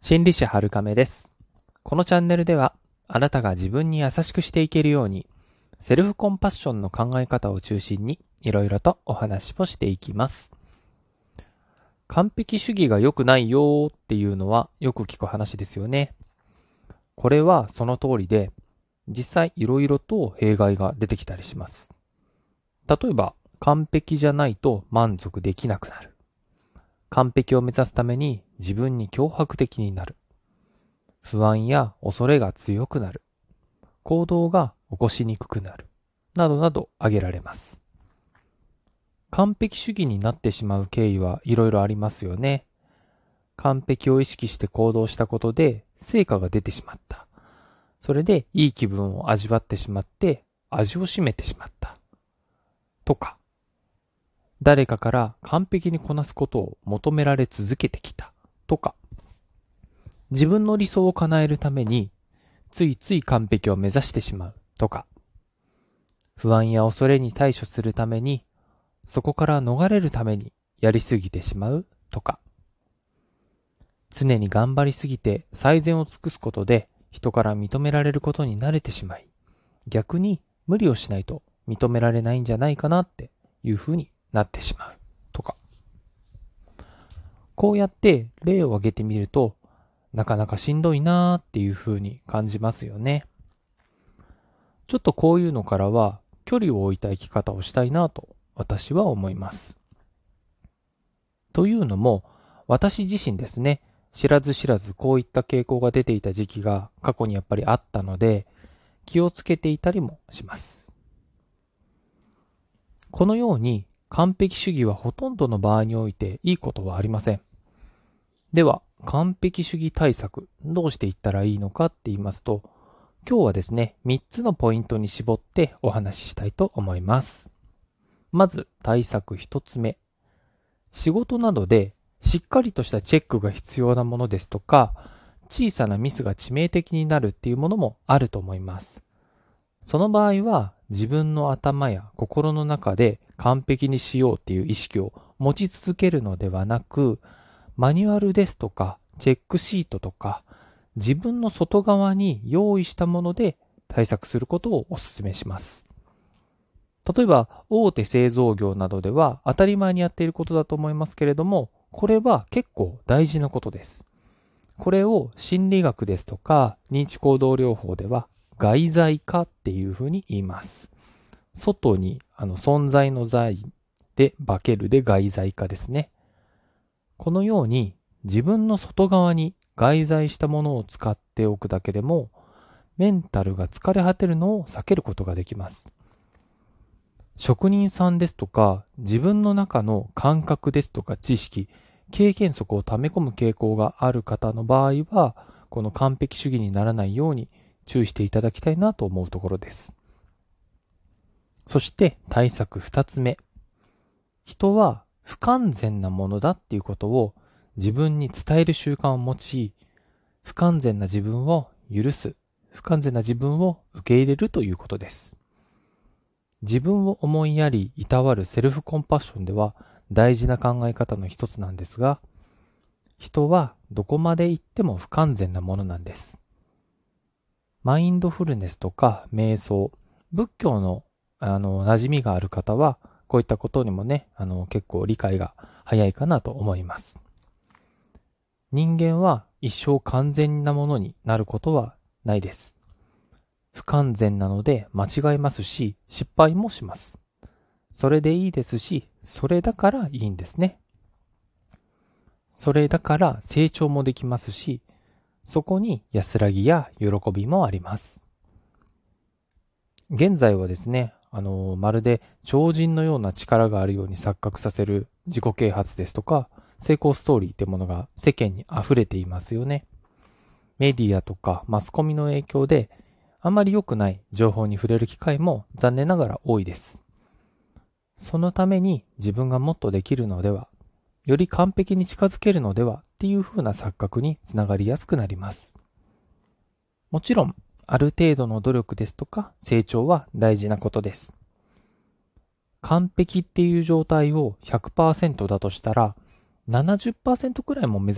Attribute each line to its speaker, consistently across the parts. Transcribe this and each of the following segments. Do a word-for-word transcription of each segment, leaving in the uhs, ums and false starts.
Speaker 1: 心理師はるかめです。このチャンネルでは、あなたが自分に優しくしていけるように、セルフコンパッションの考え方を中心に、いろいろとお話をしていきます。完璧主義が良くないよっていうのはよく聞く話ですよね。これはその通りで、実際いろいろと弊害が出てきたりします。例えば、完璧じゃないと満足できなくなる。完璧を目指すために自分に脅迫的になる。不安や恐れが強くなる。行動が起こしにくくなる。などなど挙げられます。完璧主義になってしまう経緯はいろいろありますよね。完璧を意識して行動したことで成果が出てしまった。それでいい気分を味わってしまって味を占めてしまった。とか、誰かから完璧にこなすことを求められ続けてきた。とか、自分の理想を叶えるためについつい完璧を目指してしまう。とか、不安や恐れに対処するためにそこから逃れるためにやりすぎてしまう。とか、常に頑張りすぎて最善を尽くすことで人から認められることに慣れてしまい、逆に無理をしないと認められないんじゃないかなっていう風になってしまう。とか。こうやって例を挙げてみると、なかなかしんどいなーっていう風に感じますよね。ちょっとこういうのからは距離を置いた生き方をしたいなと私は思います。というのも、私自身ですね、知らず知らずこういった傾向が出ていた時期が過去にやっぱりあったので、気をつけていたりもします。このように完璧主義はほとんどの場合においていいことはありません。では、完璧主義対策、どうしていったらいいのかって言いますと、今日はですね、みっつのポイントに絞ってお話ししたいと思います。まず、対策ひとつめ。仕事などでしっかりとしたチェックが必要なものですとか、小さなミスが致命的になるっていうものもあると思います。その場合は、自分の頭や心の中で完璧にしようっていう意識を持ち続けるのではなく、マニュアルですとか、チェックシートとか、自分の外側に用意したもので対策することをお勧めします。例えば、大手製造業などでは当たり前にやっていることだと思いますけれども、これは結構大事なことです。これを心理学ですとか、認知行動療法では外在化っていうふうに言います。外にあの存在の在で化けるで外在化ですね。このように自分の外側に外在したものを使っておくだけでも、メンタルが疲れ果てるのを避けることができます。職人さんですとか、自分の中の感覚ですとか知識、経験則を溜め込む傾向がある方の場合は、この完璧主義にならないように注意していただきたいなと思うところです。そして対策ふたつめ。人は不完全なものだっていうことを自分に伝える習慣を持ち、不完全な自分を許す、不完全な自分を受け入れるということです。自分を思いやり、いたわるセルフコンパッションでは大事な考え方の一つなんですが、人はどこまで行っても不完全なものなんです。マインドフルネスとか瞑想、仏教のあの馴染みがある方は、こういったことにもね、あの結構理解が早いかなと思います。人間は一生完全なものになることはないです。不完全なので間違えますし、失敗もします。それでいいですし、それだからいいんですね。それだから成長もできますし、そこに安らぎや喜びもあります。現在はですね、あの、まるで超人のような力があるように錯覚させる自己啓発ですとか、成功ストーリーってものが世間に溢れていますよね。メディアとかマスコミの影響で、あまり良くない情報に触れる機会も残念ながら多いです。そのために自分がもっとできるのでは、より完璧に近づけるのではっていう風な錯覚につながりやすくなります。もちろん、ある程度の努力ですとか成長は大事なことです。完璧っていう状態を ひゃくパーセント だとしたら、ななじゅっパーセント くらいも目指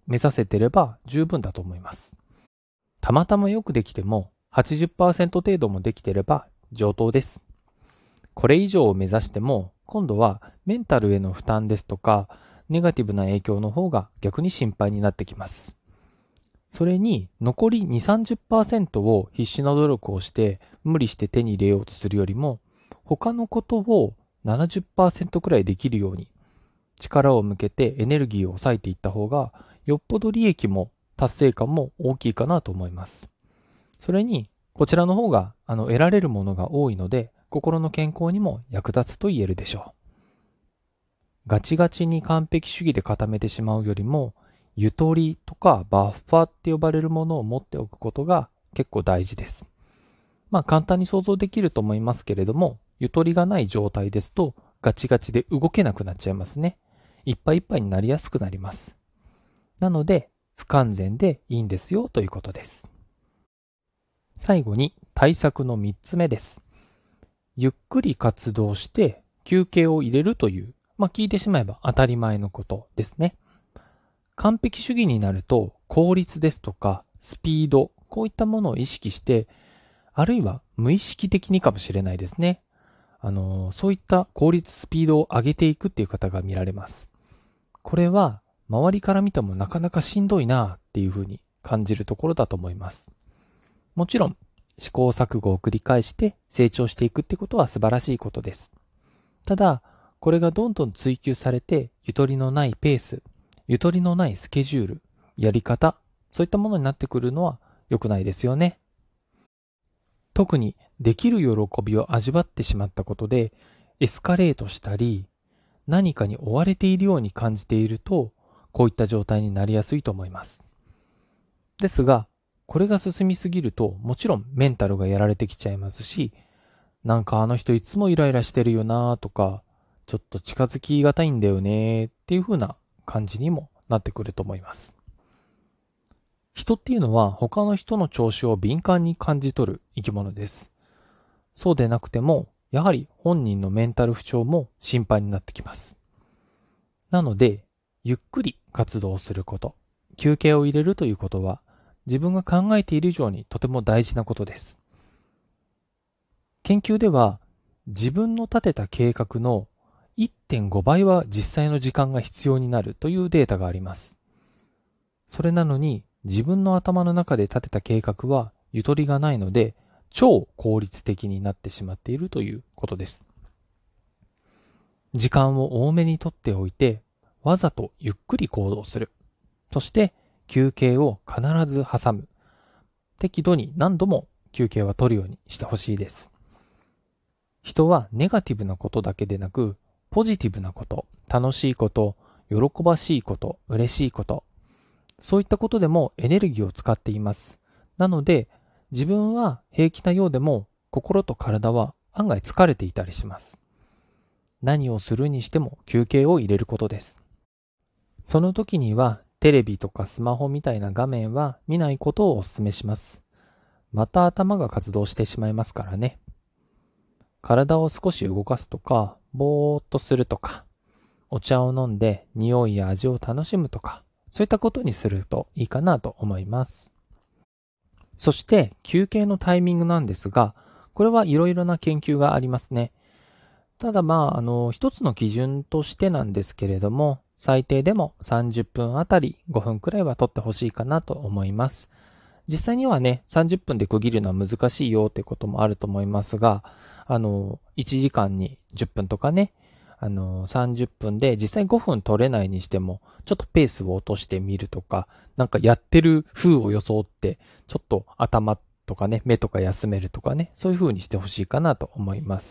Speaker 1: 目指せてれば十分だと思います。たまたまよくできてもはちじゅっパーセント程度もできてれば上等です。これ以上を目指しても今度はメンタルへの負担ですとかネガティブな影響の方が逆に心配になってきます。それに残りにじゅう、さんじゅっパーセントを必死な努力をして無理して手に入れようとするよりも他のことをななじゅっパーセントくらいできるように力を向けてエネルギーを抑えていった方がよっぽど利益も達成感も大きいかなと思います。それにこちらの方があの得られるものが多いので心の健康にも役立つと言えるでしょう。ガチガチに完璧主義で固めてしまうよりもゆとりとかバッファーって呼ばれるものを持っておくことが結構大事です。まあ簡単に想像できると思いますけれども、ゆとりがない状態ですとガチガチで動けなくなっちゃいますね。いっぱいいっぱいになりやすくなります。なので不完全でいいんですよということです。最後に対策のみっつめです。ゆっくり活動して休憩を入れるという、まあ聞いてしまえば当たり前のことですね。完璧主義になると効率ですとかスピード、こういったものを意識して、あるいは無意識的にかもしれないですね。あの、そういった効率スピードを上げていくっていう方が見られます。これは周りから見てもなかなかしんどいなっていうふうに感じるところだと思います。もちろん試行錯誤を繰り返して成長していくってことは素晴らしいことです。ただ、これがどんどん追求されてゆとりのないペース、ゆとりのないスケジュール、やり方、そういったものになってくるのは良くないですよね。特にできる喜びを味わってしまったことでエスカレートしたり、何かに追われているように感じていると、こういった状態になりやすいと思います。ですが、これが進みすぎると、もちろんメンタルがやられてきちゃいますし、なんかあの人いつもイライラしてるよなとか、ちょっと近づきがたいんだよねっていう風な感じにもなってくると思います。人っていうのは他の人の調子を敏感に感じ取る生き物です。そうでなくても、やはり本人のメンタル不調も心配になってきます。なので、ゆっくり活動すること、休憩を入れるということは、自分が考えている以上にとても大事なことです。研究では、自分の立てた計画のいってんごばいは実際の時間が必要になるというデータがあります。それなのに、自分の頭の中で立てた計画はゆとりがないので、超効率的になってしまっているということです。時間を多めにとっておいて、わざとゆっくり行動する。そして休憩を必ず挟む。適度に何度も休憩は取るようにしてほしいです。人はネガティブなことだけでなく、ポジティブなこと、楽しいこと、喜ばしいこと、嬉しいこと、そういったことでもエネルギーを使っています。なので、自分は平気なようでも、心と体は案外疲れていたりします。何をするにしても休憩を入れることです。その時には、テレビとかスマホみたいな画面は見ないことをお勧めします。また頭が活動してしまいますからね。体を少し動かすとか、ぼーっとするとか、お茶を飲んで匂いや味を楽しむとか、そういったことにするといいかなと思います。そして休憩のタイミングなんですが、これはいろいろな研究がありますね。ただまあ、あの、一つの基準としてなんですけれども、最低でもさんじゅっぷんあたりごふんくらいは取ってほしいかなと思います。実際にはね、さんじゅっぷんで区切るのは難しいよってこともあると思いますが、あの、いちじかんにじゅっぷんとかね、あの、さんじゅっぷんで実際ごふん取れないにしても、ちょっとペースを落としてみるとか、なんかやってる風を装って、ちょっと頭とかね、目とか休めるとかね、そういう風にしてほしいかなと思います。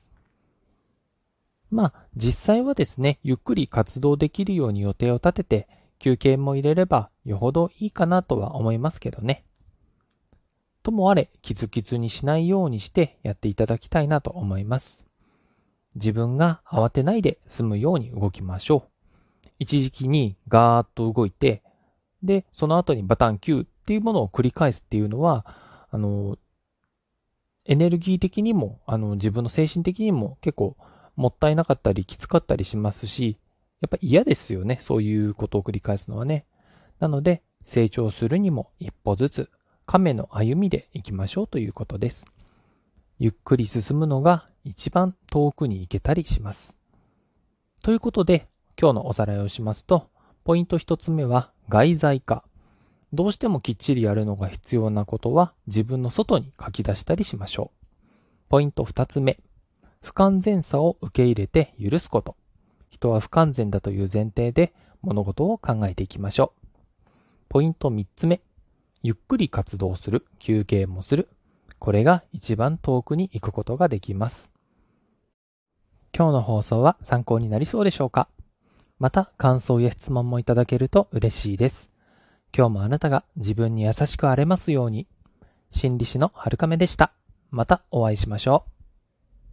Speaker 1: まあ、実際はですね、ゆっくり活動できるように予定を立てて、休憩も入れればよほどいいかなとは思いますけどね。ともあれ、キツキツにしないようにしてやっていただきたいなと思います。自分が慌てないで済むように動きましょう。一時期にガーッと動いて、で、その後にバタンキューっていうものを繰り返すっていうのは、あの、エネルギー的にも、あの、自分の精神的にも結構もったいなかったりきつかったりしますし、やっぱ嫌ですよね。そういうことを繰り返すのはね。 なので、成長するにも一歩ずつ亀の歩みで行きましょうということです。ゆっくり進むのが一番遠くに行けたりします。ということで、今日のおさらいをしますと、ポイント一つ目は外在化。どうしてもきっちりやるのが必要なことは自分の外に書き出したりしましょう。ポイント二つ目、不完全さを受け入れて許すこと。人は不完全だという前提で物事を考えていきましょう。ポイント三つ目、ゆっくり活動する、休憩もする。これが一番遠くに行くことができます。今日の放送は参考になりそうでしょうか？また感想や質問もいただけると嬉しいです。今日もあなたが自分に優しくあれますように。心理師のはるかめでした。またお会いしましょう。